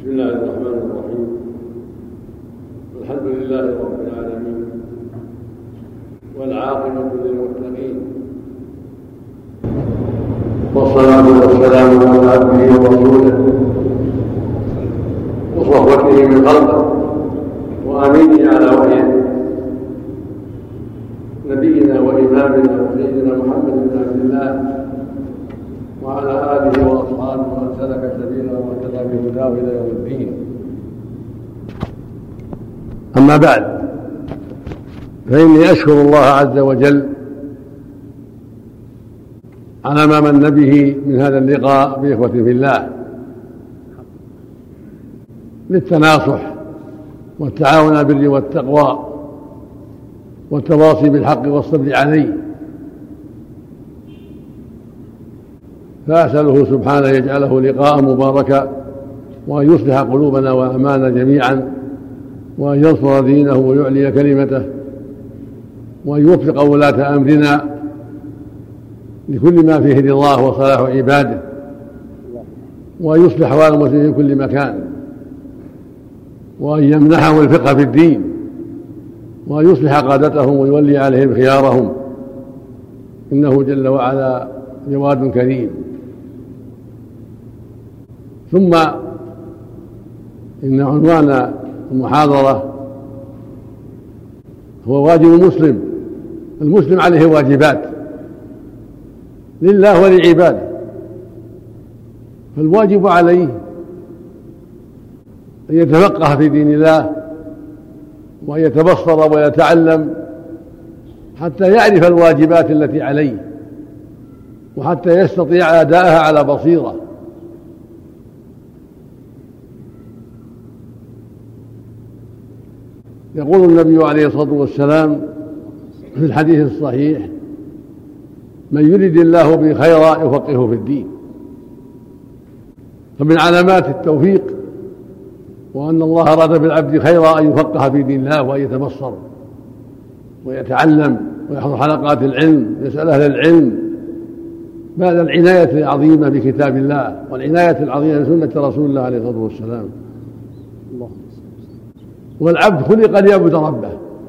بسم الله الرحمن الرحيم. الحمد لله رب العالمين، والعاقبة للمتقين، والصلاة والسلام على عبده ورسوله وصحبته من خلقه وأمينه على وحيه، نبينا وإمامنا وسيدنا محمد بن عبد الله وعلى آله وأصحابه ومن سلك سبيله واهتدى بهداه إلى يوم الدين. أما بعد، فإني أشكر الله عز وجل على ما من به من هذا اللقاء بإخوة في الله للتناصح والتعاون على البر والتقوى والتواصي بالحق والصبر عليه. فأسأله سبحانه يجعله لقاء مباركا، وأن يصلح قلوبنا وأعمالنا جميعا، وأن ينصر دينه ويعلي كلمته، وأن يوفق ولاة أمرنا لكل ما فيه رضاه وصلاح عباده، وأن يصلح أحوال المسلمين في كل مكان، وأن يمنحهم الفقه في الدين، وأن يصلح قادتهم ويولي عليهم خيارهم، إنه جل وعلا جواد كريم. ثم إن عنوان المحاضرة هو واجب المسلم. المسلم عليه واجبات لله ولعباده، فالواجب عليه أن يتفقه في دين الله، وأن يتبصر ويتعلم حتى يعرف الواجبات التي عليه، وحتى يستطيع أداءها على بصيرة. يقول النبي عليه الصلاة والسلام في الحديث الصحيح: من يرد الله به خيرا يفقهه في الدين. فمن علامات التوفيق وأن الله أراد بالعبد خيرا أن يفقه في دين الله، وأن يتبصر ويتعلم ويحضر حلقات العلم، يسأل أهل العلم بعد العناية العظيمة بكتاب الله والعناية العظيمة بسنة رسول الله عليه الصلاة والسلام. والعبد خلق ليعبد ربه،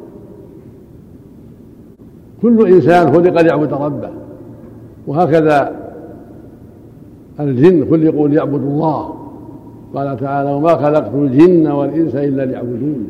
كل إنسان خلق ليعبد ربه، وهكذا الجن خلقوا ليعبدوا الله. قال تعالى: وما خلقت الجن والإنس إلا ليعبدون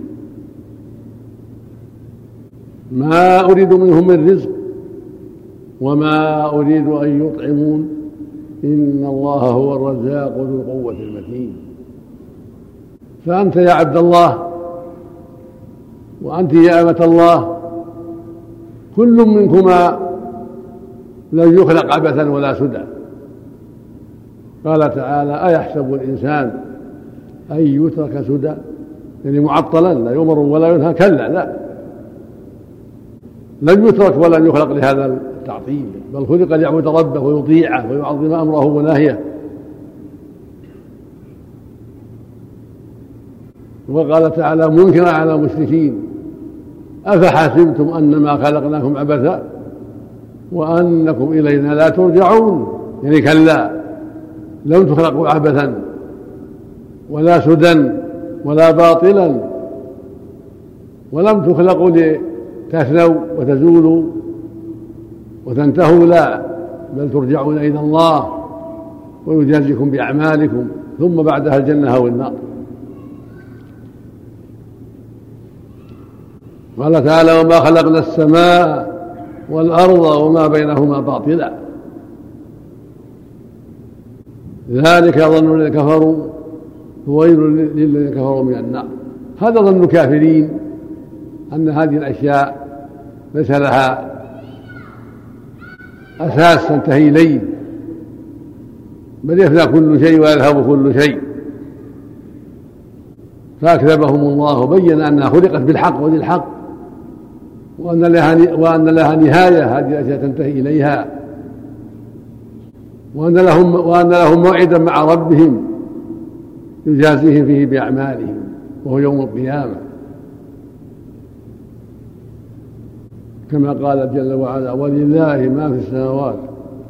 ما أريد منهم من رزق وما أريد أن يطعمون إن الله هو الرزاق ذو القوة المتين. فأنت يا عبد الله، وأنت يا أمة الله، كل منكما لن يخلق عبثا ولا سدى. قال تعالى: أيحسب الإنسان أن يترك سدى، يعني معطلا لا يؤمر ولا ينهى، كلا، لا، لم يترك ولن يخلق لهذا التعطيل، بل خلق ليعبد ربه ويطيعه ويعظم أمره ونهيه. وقال تعالى منكرا على المشركين: أفحسبتم أنما خلقناكم عبثا وأنكم إلينا لا ترجعون، يعني كلا، لم تخلقوا عبثا ولا سدى ولا باطلا، ولم تخلقوا لتفنوا وتزولوا وتنتهوا، لا، بل ترجعون إلى الله ويجازيكم بأعمالكم، ثم بعدها الجنة أو النار. قال تعالى: وما خلقنا السماء والأرض وما بينهما باطلا ذلك ظن الذين كفروا وويل للذين كفروا من النار. هذا ظن الكافرين، أن هذه الأشياء ليس لها أساس تنتهي إليه، بل يفنى كل شيء ويذهب كل شيء. فأكذبهم الله وبين أنها خلقت بالحق وللحق، وأن لها نهاية هذه الأشياء تنتهي إليها، وأن لهم موعدا مع ربهم يجازيهم فيه بأعمالهم، وهو يوم القيامة، كما قال جل وعلا: ولله ما في السماوات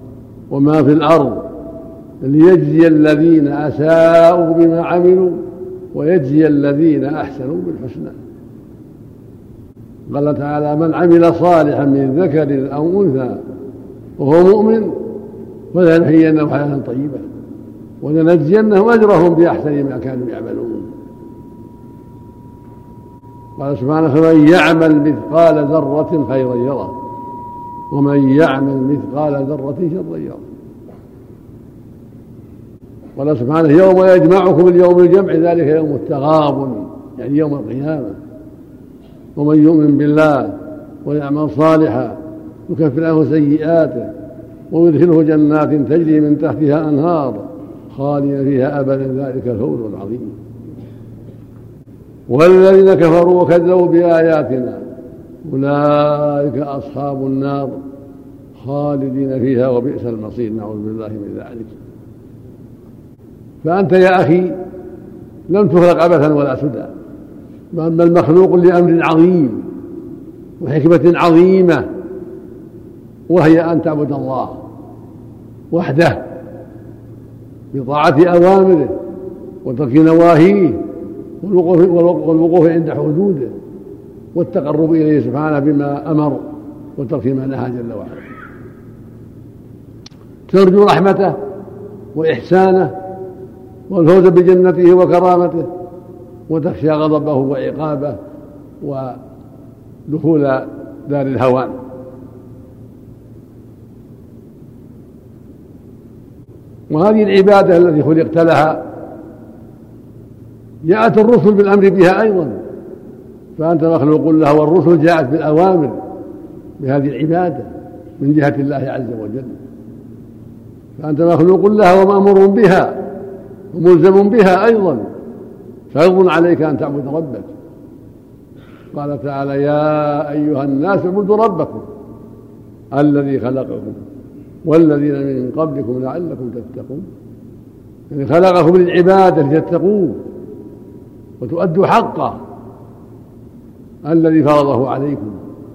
وما في الأرض ليجزي الذين أساءوا بما عملوا ويجزي الذين أحسنوا بالحسنى. قال تعالى: من عمل صالحا من ذكر أو أنثى وهو مؤمن فلنحيينه حياة طيبة ولنجزينهم أجرهم بأحسن ما كانوا يعملون. قال سبحانه: فمن يعمل مثقال ذرة خيرا يره ومن يعمل مثقال ذرة شرا يره. قال سبحانه: يوم يجمعكم اليوم الجمع ذلك يوم التغابن، يعني يوم القيامة. ومن يؤمن بالله ويعمل صالحا يكفر عنه سيئاته ويدخله جنات تجري من تحتها أنهار خالدين فيها أبدا ذلك الفوز العظيم. والذين كفروا وكذبوا بآياتنا أولئك أصحاب النار خالدين فيها وبئس المصير. نعوذ بالله من ذلك. فأنت يا أخي لم تخلق عبثا ولا سدى، بل مخلوق لأمر عظيم وحكمة عظيمة، وهي أن تعبد الله وحده بطاعة أوامره وترك نواهيه والوقوف عند حدوده والتقرب إليه سبحانه بما أمر وترك ما نهى جل وعلا. ترجو رحمته وإحسانه والفوز بجنته وكرامته، وتخشى غضبه وعقابه ودخول دار الهوان. وهذه العبادة التي خلقت لها جاءت الرسل بالأمر بها أيضا، فأنت مخلوق لها، والرسل جاءت بالأوامر بهذه العبادة من جهة الله عز وجل. فأنت مخلوق لها ومأمور بها وملزم بها أيضا، فرض عليك أن تعبد ربك. قال تعالى: يا أيها الناس اعبدوا ربكم الذي خلقكم والذين من قبلكم لعلكم تتقون. يعني خلقكم للعبادة لتتقوه وتؤدوا حقه الذي فرضه عليكم.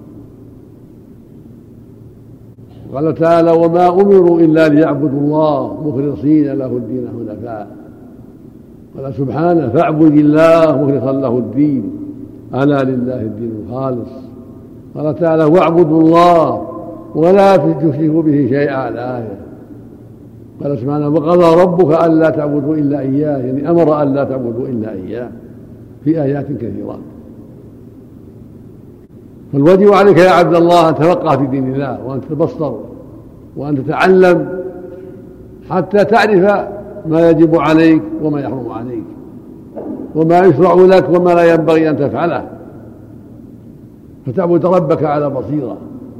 قال تعالى: وما أمروا إلا ليعبدوا الله مخلصين له الدين حنفاء. قال سبحانه: فاعبد الله مخلصا له الدين ألا لله الدين الخالص. قال تعالى: واعبدوا الله ولا تشركوا به شيئا. الآية. قال سبحانه: وقضى ربك ألا تعبدوا إلا إياه، يعني أمر ألا تعبدوا إلا إياه في آيات كثيرات. فالواجب عليك يا عبد الله أن تتفقه في دين الله وأن تتبصر وأن تتعلم حتى تعرف ما يجب عليك وما يحرم عليك وما يشرع لك وما لا ينبغي أن تفعله، فتعبد ربك على بصيرة.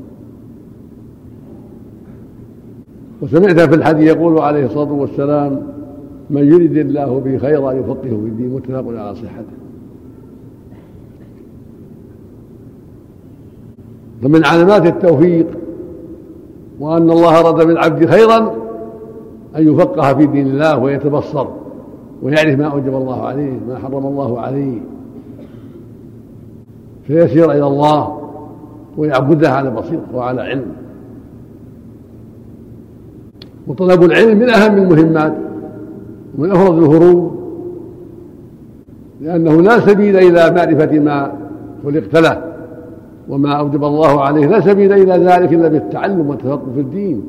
وسمعت في الحديث يقول عليه الصلاة والسلام: من يرد الله به خيرا يفقهه في الدين، متفق على صحته. فمن علامات التوفيق وأن الله أراد بالعبد خيرا أن يفقه في دين الله ويتبصر ويعرف ما أوجب الله عليه ما حرم الله عليه، فيسير إلى الله ويعبده على بصيرة وعلى علم. وطلب العلم من أهم المهمات ومن أفضل الفروض، لأنه لا سبيل إلى معرفة ما خلقت له وما أوجب الله عليه، لا سبيل إلى ذلك إلا بالتعلم والتفقه في الدين.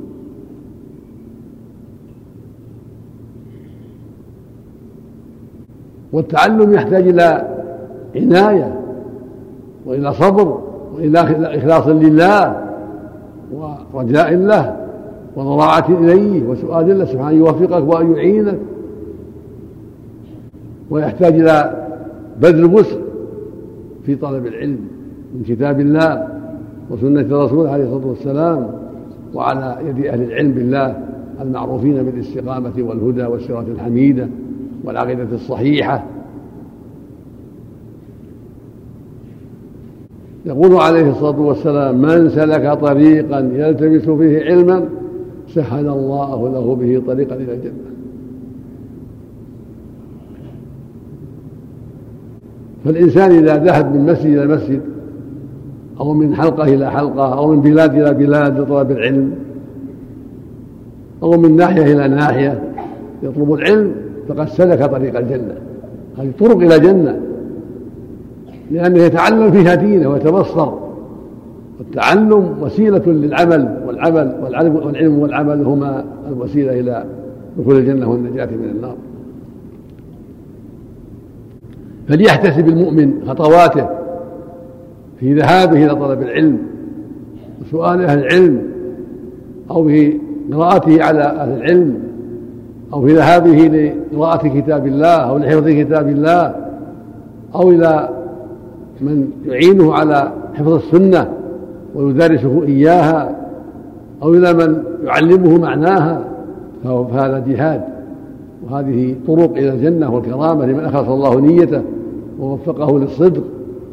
والتعلم يحتاج إلى عناية وإلى صبر وإلى إخلاص لله ورجاء له وضراعة إليه وسؤال الله سبحانه يوفقك وأن يعينك. ويحتاج إلى بذل وسع في طلب العلم من كتاب الله وسنة الرسول عليه الصلاة والسلام، وعلى يد أهل العلم بالله المعروفين بالاستقامة والهدى والسيرة الحميدة والعقيدة الصحيحة. يقول عليه الصلاة والسلام: من سلك طريقا يلتمس فيه علما سهل الله له به طريقا إلى الجنة. فالإنسان إذا ذهب من مسجد إلى مسجد أو من حلقة إلى حلقة أو من بلاد إلى بلاد لطلب العلم أو من ناحية إلى ناحية يطلب العلم فقد سلك طريق الجنة هذه طرق إلى الجنة، لأنه يتعلم فيها دينه ويتبصر. والتعلم وسيلة للعمل، والعلم والعمل هما الوسيلة إلى دخول الجنة والنجاة من النار. فليحتسب المؤمن خطواته في ذهابه إلى طلب العلم وسؤال أهل العلم، أو في قراءته على أهل العلم، أو في ذهابه لقراءة كتاب الله أو لحفظ كتاب الله، أو إلى من يعينه على حفظ السنة ويدرسه إياها، أو إلى من يعلمه معناها، فهذا جهاد. وهذه طرق إلى الجنة والكرامة لمن أخلص الله نيته ووفقه للصدق.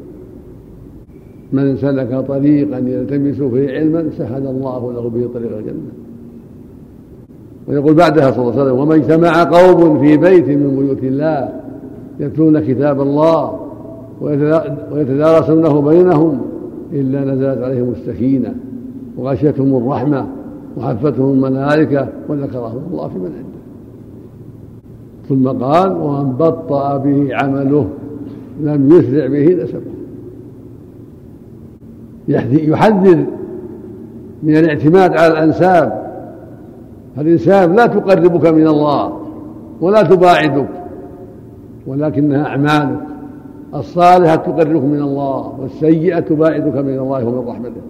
من سلك طريقا يلتمس فيه علما سهل الله له به طريق الجنة. ويقول بعدها صلى الله عليه وسلم: وما اجتمع قوم في بيت من بيوت الله يتلون كتاب الله ويتدارسونه بينهم إلا نزلت عليهم السكينة وغشيتهم الرحمة وحفتهم الملائكة وذكرهم الله في من عنده. ثم قال: ومن بطأ به عمله لم يسرع به نسبه. يحذر من الاعتماد على الأنساب. الإنساب لا تقربك من الله ولا تباعدك، ولكنها أعمالك الصالحة تقربك من الله، والسيئة تباعدك من الله ومن رحمته.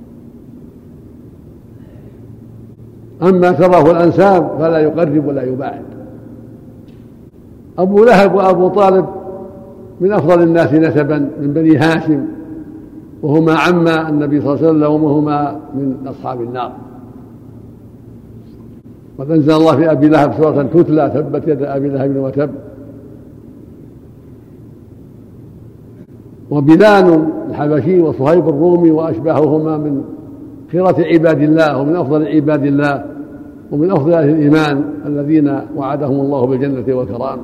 أما كره الأنساب فلا يقرب ولا يباعد. أبو لهب وأبو طالب من أفضل الناس نسبا من بني هاشم، وهما عما النبي صلى الله عليه وسلم، وهما من أصحاب النار. قد أنزل الله في أبي لهب سورة تتلى: تبت يد أبي لهب وتب. وبلال الحبشي وصهيب الرومي وأشباههما من خيرة عباد الله ومن أفضل عباد الله ومن أفضل أهل الإيمان الذين وعدهم الله بالجنة والكرامة.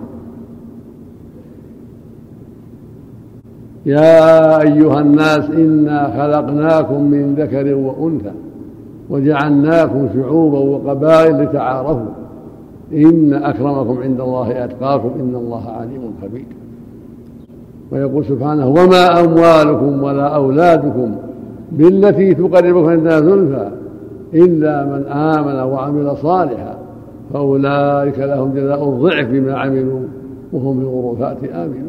يا أيها الناس إنا خلقناكم من ذكر وأنثى وجعلناكم شعوبا وقبائل لتعارفوا إن أكرمكم عند الله أتقاكم إن الله عليم خبير. ويقول سبحانه: وما أموالكم ولا أولادكم بالتي تقربكم عندنا زلفى إلا من آمن وعمل صالحا فأولئك لهم جزاء الضعف بما عملوا وهم بالغرفات آمنون.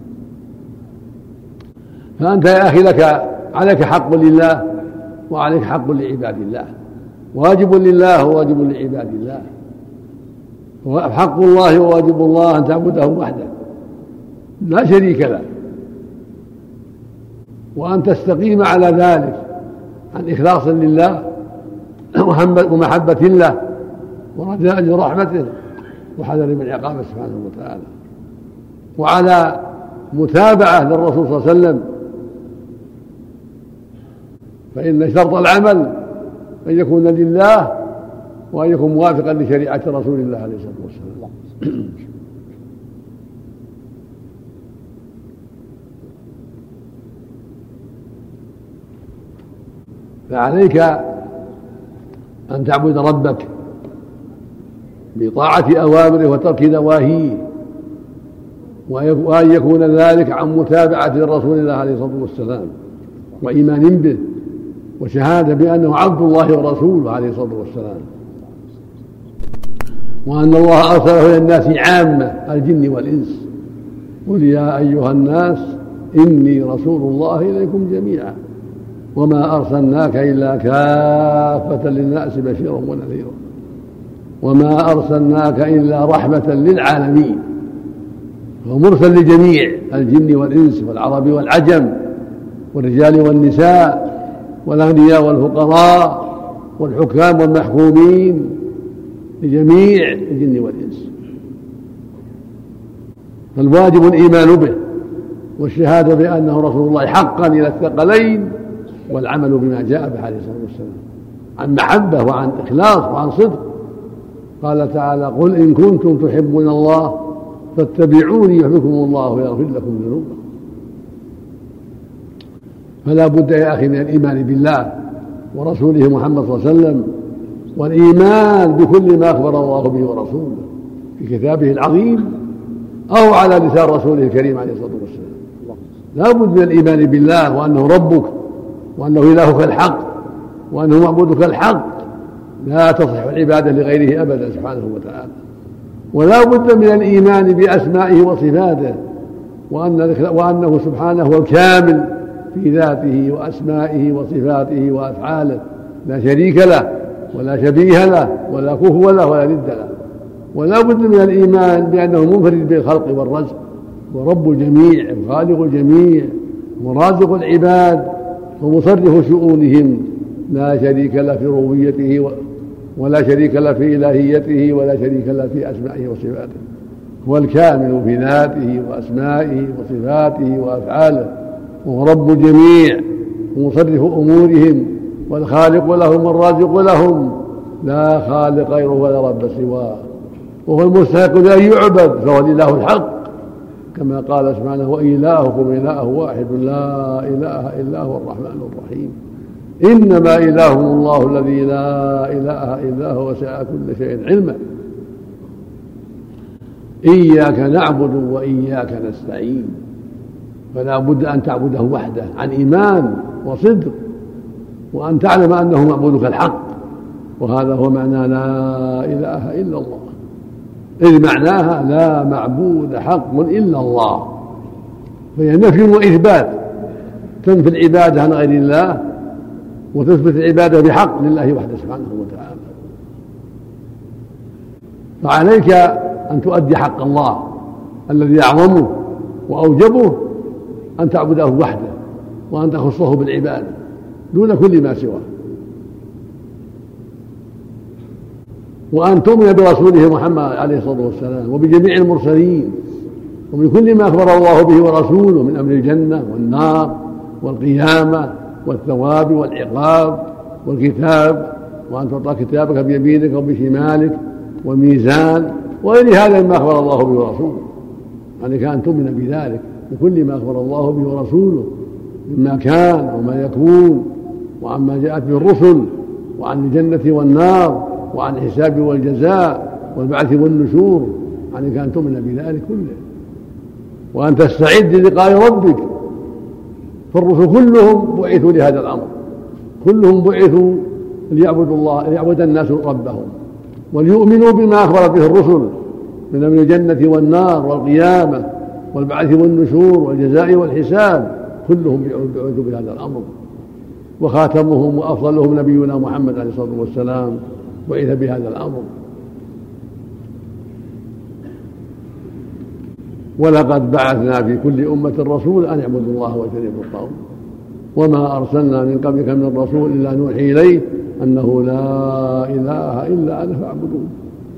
فأنت يا أخي عليك حق لله وعليك حق لعباد الله، واجب لله وواجب لعباد الله. حق الله وواجب الله أن تعبده وحده لا شريك له، وأن تستقيم على ذلك عن إخلاص لله ومحبة له ورجاء لرحمته وحذر من عقابه سبحانه وتعالى، وعلى متابعة للرسول صلى الله عليه وسلم. فإن شرط العمل أن يكون لله وأن يكون موافقا لشريعة رسول الله عليه الصلاة والسلام. فعليك أن تعبد ربك بطاعة أوامره وترك نواهيه، وأن يكون ذلك عن متابعة رسول الله عليه الصلاة والسلام وإيمان به وشهادة بأنه عبد الله ورسوله عليه الصلاة والسلام، وأن الله أرسله إلى الناس عامة الجن والإنس. قل يا أيها الناس إني رسول الله إليكم جميعا وما أرسلناك إلا كافة للناس بشيرا ونذيرا وما أرسلناك إلا رحمة للعالمين. هو مرسل لجميع الجن والإنس والعرب والعجم والرجال والنساء والأغنياء والفقراء والحكام والمحكومين، لجميع الجن والإنس. فالواجب الإيمان به والشهادة بأنه رسول الله حقا إلى الثقلين، والعمل بما جاء به عليه الصلاة والسلام عن محبة وعن إخلاص وعن صدق. قال تعالى: قل إن كنتم تحبون الله فاتبعوني يحببكم الله ويغفر لكم ذنوبكم. فلا بد يا أخي من الإيمان بالله ورسوله محمد صلى الله عليه وسلم، والإيمان بكل ما أخبر الله به ورسوله في كتابه العظيم أو على لسان رسوله الكريم عليه الصلاة والسلام. لا بد من الإيمان بالله وأنه ربك وأنه إلهك الحق وأنه معبودك الحق، لا تصح العبادة لغيره أبدا سبحانه وتعالى. ولا بد من الإيمان بأسمائه وصفاته وأنه سبحانه هو الكامل في ذاته وأسمائه وصفاته وأفعاله، لا شريك له ولا شبيه له ولا كفو له ولا ند له. ولا بد من الإيمان بأنه منفرد بالخلق والرزق ورب الجميع وخالق الجميع ورازق العباد ومصرف شؤونهم، لا شريك له في ربوبيته ولا شريك له في إلهيته ولا شريك له في أسمائه وصفاته. هو الكامل في ذاته وأسمائه وصفاته وأفعاله، وهو رب الجميع ومصرف أمورهم والخالق لهم والرازق لهم، لا خالق غيره ولا رب سواه، وهو المستحق لأن يعبد، فهو الإله الحق كما قال سبحانه وإلهكم إله واحد لا إله إلا هو الرحمن الرحيم. إنما إلهكم الله الذي لا إله إلا هو وسع كل شيء علما. إياك نعبد وإياك نستعين، فلا بد أن تعبده وحده عن إيمان وصدق، وأن تعلم أنه معبودك الحق، وهذا هو معنى لا إله إلا الله، إذ معناها لا معبود حق إلا الله، فهي نفي وإثبات، تنفي العبادة عن غير الله وتثبت العبادة بحق لله وحده سبحانه وتعالى. فعليك أن تؤدي حق الله الذي أعظمه وأوجبه، أن تعبده وحده وأن تخصه بالعبادة دون كل ما سواه، وأن تؤمن برسوله محمد عليه الصلاة والسلام وبجميع المرسلين وبكل ما أخبر الله به ورسوله من أمر الجنة والنار والقيامة والثواب والعقاب والكتاب، وأن تعطى كتابك بيمينك وبشمالك والميزان وغير هذا مما أخبر الله به ورسوله. عليك أن تؤمن بذلك بكل ما أخبر الله به ورسوله مما كان وما يكون، وعما جاءت به الرسل، وعن الجنة والنار، وعن الحساب والجزاء والبعث والنشور. عليك أن تؤمن بذلك كله، وأن تستعد للقاء ربك. فالرسل كلهم بعثوا لهذا الأمر، كلهم بعثوا ليعبدوا الله، ليعبد الناس ربهم وليؤمنوا بما أخبرت به الرسل من أمر الجنة والنار والقيامة والبعث والنشور والجزاء والحساب. كلهم بعثوا بهذا الأمر، وخاتمهم وأفضلهم نبينا محمد عليه الصلاة والسلام بعث بهذا الأمر. ولقد بعثنا في كل أمة رسول أن اعبدوا الله واجتنبوا الطاغوت وما أرسلنا من قبلك من رسول إلا نوحي إليه أنه لا إله إلا أنا فاعبدون.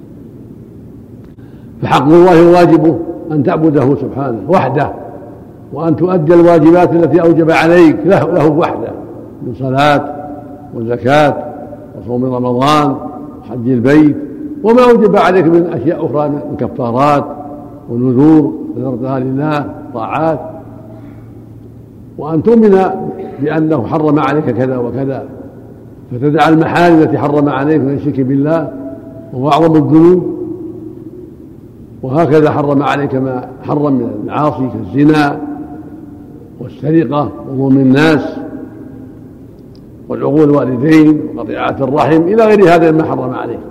فحق الله واجبه أن تعبده سبحانه وحده، وأن تؤدي الواجبات التي أوجب عليك له وحده من صلاة وزكاة وصوم رمضان وحج البيت، وما أوجب عليك من أشياء أخرى من كفارات ونذور نذرتها لله طاعات. وأن تؤمن بأنه حرم عليك كذا وكذا، فتدع المحارم التي حرم عليك من الشرك بالله وهو أعظم الذنوب، وهكذا حرم عليك ما حرم من المعاصي كالزنا والسرقة وظلم الناس والعقوق الوالدين وقطيعة الرحم إلى غير هذا مما حرم عليك.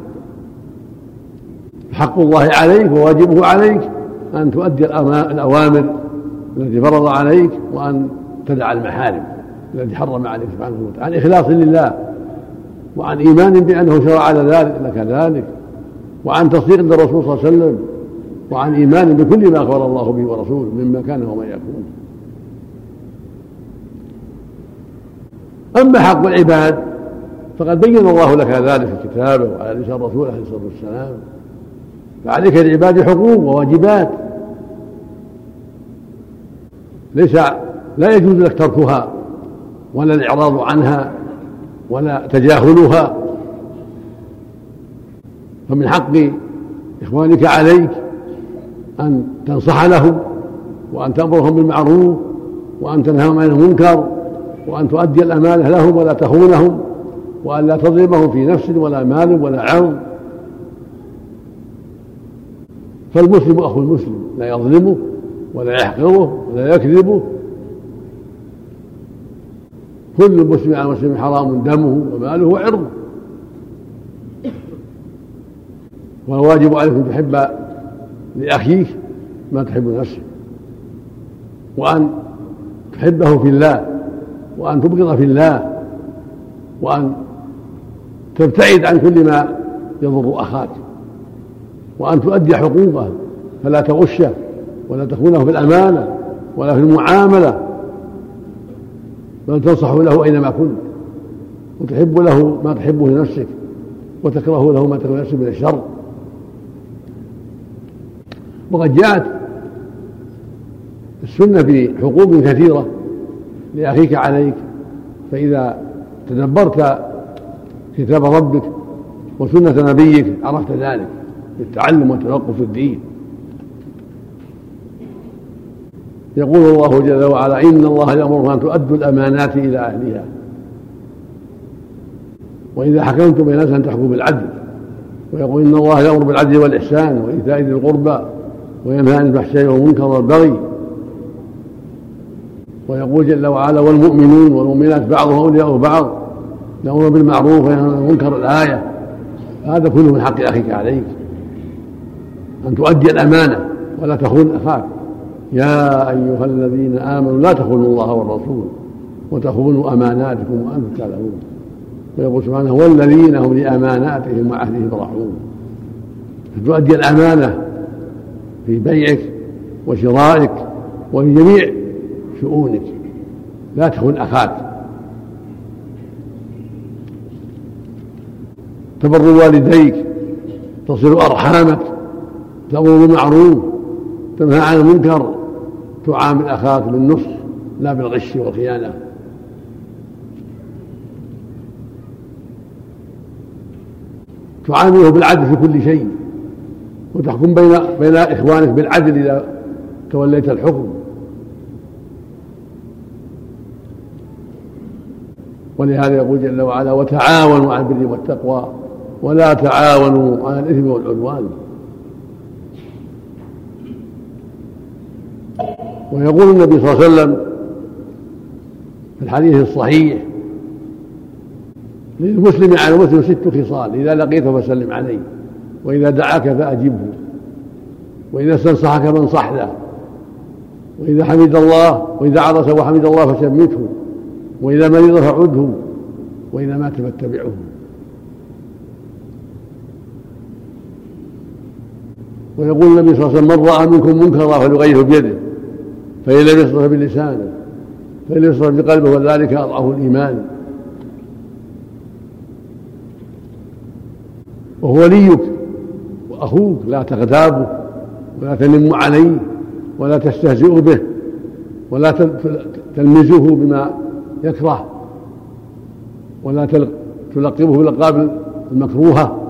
حق الله عليك وواجبه عليك أن تؤدي الأوامر التي فرض عليك، وأن تدع المحارم التي حرم عليك سبحانه وتعالى، عن إخلاص لله وعن إيمان بأنه شرع لك ذلك، وعن تصديق للرسول صلى الله عليه وسلم، وعن إيمان بكل ما أخبر الله به ورسوله مما كان وما يكون. أما حق العباد فقد بين الله لك ذلك في كتابه وعلى لسان رسوله عليه الصلاة والسلام. فعليك للعباد حقوق وواجبات لا يجوز لك تركها ولا الإعراض عنها ولا تجاهلها. فمن حق إخوانك عليك أن تنصح لهم، وأن تأمرهم بالمعروف، وأن تنهاهم عن المنكر، وأن تؤدي الأمانة لهم ولا تخونهم، وأن لا تظلمهم في نفس ولا مال ولا عرض. فالمسلم أخو المسلم لا يظلمه ولا يحقره ولا يكذبه. كل مسلم على مسلم حرام دمه وماله وعرضه، والواجب عليك أن تحب لأخيك ما تحب لنفسك، وأن تحبه في الله، وأن تبغض في الله، وأن تبتعد عن كل ما يضر أخاك، وأن تؤدي حقوقه فلا تغشه ولا تخونه في الأمانة ولا في المعاملة، بل تنصح له أينما كنت، وتحب له ما تحبه لنفسك وتكره له ما تكره لنفسك من الشر. وقد جاءت السنة في حقوق كثيرة لأخيك عليك، فإذا تدبرت كتاب ربك وسنة نبيك عرفت ذلك بالتعلم والتفقه في الدين. يقول الله جل وعلا: إن الله يأمر أن تؤدوا الأمانات إلى أهلها وإذا حكمتم بين الناس أن تحكموا بالعدل. ويقول: إن الله يأمر بالعدل والإحسان وإيتاء ذي القربى وينهى عن الفحشاء والمنكر والبغي. ويقول جل وعلا: والمؤمنون والمؤمنات بعضهم أولياء بعض يأمرون بالمعروف وينهون عن المنكر. الآية. هذا كله من حق أخيك عليك، أن تؤدي الأمانة ولا تخون أخاك. يا أيها الذين آمنوا لا تخونوا الله والرسول وتخونوا أماناتكم وأنتم تعلمون. ويقول سبحانه: والذين هم لأماناتهم وعهدهم راعون. فتؤدي الأمانة في بيعك وشرائك وفي جميع شؤونك، لا تخون أخاك. تبر والديك، تصل أرحامك، تأمر بالمعروف، تنهى عن المنكر، تعامل أخاك بالنصح لا بالغش والخيانة. تعامله بالعدل في كل شيء، وتحكم بين إخوانك بالعدل إذا توليت الحكم. ولهذا يقول جل وعلا: وتعاونوا على البر والتقوى ولا تعاونوا على الإثم والعدوان. ويقول النبي صلى الله عليه وسلم في الحديث الصحيح: للمسلم على المسلم 6 خصال: إذا لقيته فسلم عليه، وإذا دعاك فأجبه، وإذا استنصحك فانصح له، وإذا حمد الله وإذا عرس وحمد الله فشمته، وإذا مرض فعده، وإذا مات فاتبعه. ويقول النبي صلى الله عليه وسلم: من رأى منكم منكرا فليغيره بيده، فإن لم يستطع بلسانه، فإن لم يستطع بقلبه، وذلك أضعف الإيمان. وهو وليك وأخوك، لا تغتابه ولا تنم عليه ولا تستهزئ به ولا تلمزه بما يكره ولا تلقبه بالألقاب المكروهة،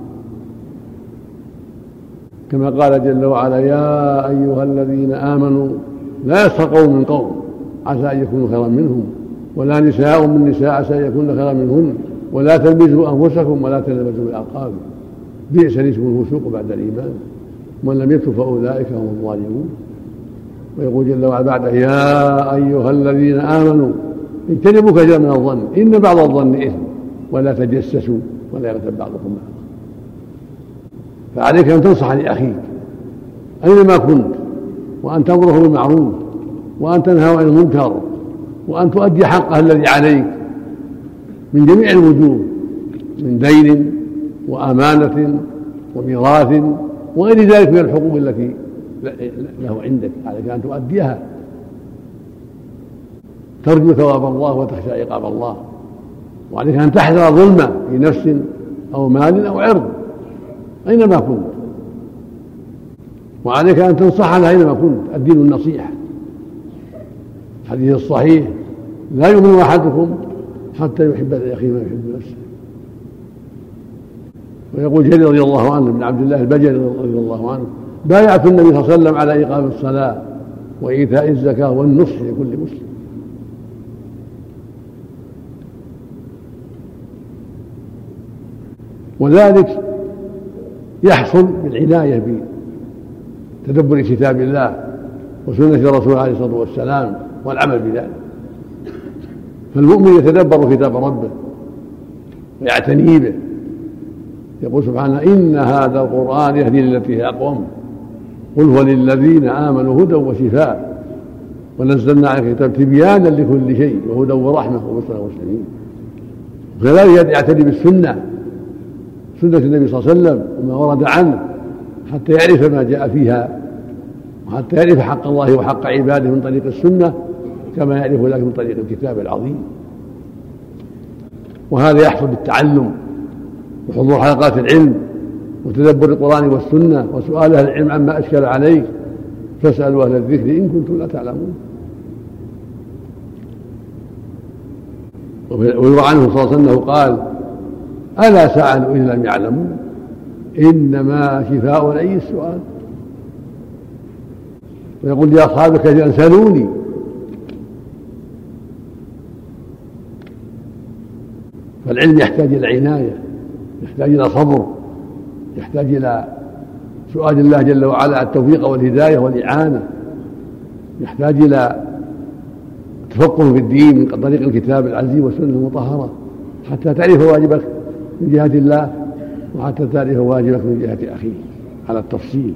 كما قال جل وعلا: يا أيها الذين آمنوا لا يسخر قوم من قوم عسى أن يكونوا خيرا منهم ولا نساء من نساء عسى أن يكون خيرا منهن ولا تلمزوا أنفسكم ولا تلمزوا بالألقاب بئس الاسم الفسوق بعد الإيمان ومن لم يتب فأولئك هم الظالمون. ويقول جل وعلا بعد: يا أيها الذين آمنوا اجتنبوا كثيرا من الظن إن بعض الظن إثم ولا تجسسوا ولا يغتب بعضكم بعضا. فعليك أن تنصح لأخيك أينما كنت، وأن تأمره بالمعروف، وأن تنهى عن المنكر، وأن تؤدي حقه الذي عليك من جميع الوجوه، من دين وأمانة وميراث وغير ذلك من الحقوق التي له عندك. عليك أن تؤديها ترجو ثواب الله وتخشى عقاب الله. وعليك أن تحذر ظلمه في نفس أو مال أو عرض أينما كنت. وعليك أن تنصح له أينما كنت. الدين النصيحة. الحديث الصحيح: لا يؤمن أحدكم حتى يحب لأخيه ما يحب نفسه. ويقول جرير رضي الله عنه بن عبد الله البجلي رضي الله عنه: بايعت النبي صلى الله عليه وسلم على إقام الصلاة وإيتاء الزكاة والنصح لكل مسلم. وذلك يحصل بالعناية تدبر كتاب الله وسنة رسوله عليه الصلاة والسلام والعمل بذلك. فالمؤمن يتدبر كتاب ربه ويعتني به، يقول سبحانه إن هذا القرآن يهدي للتي هي أقوم قل هو للذين آمنوا هدى وشفاء ونزلنا عليك الكتاب تبيانا لكل شيء وهدى ورحمة وبشرى للمسلمين. وكذلك يعتني بالسنة، سنة النبي صلى الله عليه وسلم وما ورد عنه حتى يعرف ما جاء فيها وحتى يعرف حق الله وحق عباده من طريق السنة كما يعرف ذلك من طريق الكتاب العظيم. وهذا يحصل بالتعلم وحضور حلقات العلم وتدبر القرآن والسنة وسؤال أهل العلم عما أشكل عليك فاسألوا أهل الذكر إن كنتم لا تعلمون. ويروى عنه صلى الله عليه وسلم أنه قال ألا سألوا إن لم يعلموا إنما شفاء العي السؤال. ويقول لأصحابه كثيرا سألوني. فالعلم يحتاج إلى عناية، يحتاج إلى صبر، يحتاج إلى سؤال الله جل وعلا التوفيق والهداية والإعانة، يحتاج إلى تفقه في الدين من طريق الكتاب العزيز والسنة المطهرة حتى تعرف واجبك من جهة الله وحتى تعرف واجبك من جهة أخيك على التفصيل.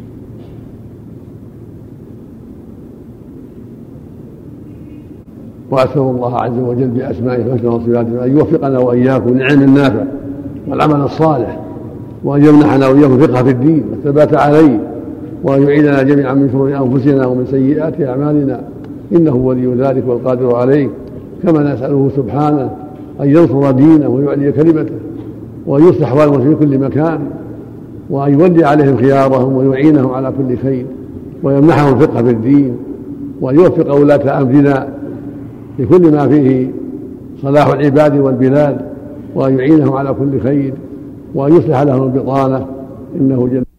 وأسأل الله عز وجل بأسمائه الحسنى وصفاته أن يوفقنا وإياكم للعلم النافع والعمل الصالح، وأن يمنحنا وإياكم فقه في الدين والثبات عليه، وأن يعيذنا جميعا من شرور أنفسنا ومن سيئات أعمالنا إنه ولي ذلك والقادر عليه. كما نسأله سبحانه أن ينصر دينه ويعلي كلمته وأن يصلح أحوال المسلمين في كل مكان وأن يولي عليهم خيارهم ويعينهم على كل خير ويمنحهم فقه في الدين وأن يوفق ولاة أمرنا لكل ما فيه صلاح العباد والبلاد وأن يعينهم على كل خير وأن يصلح لهم البطانة إنه جل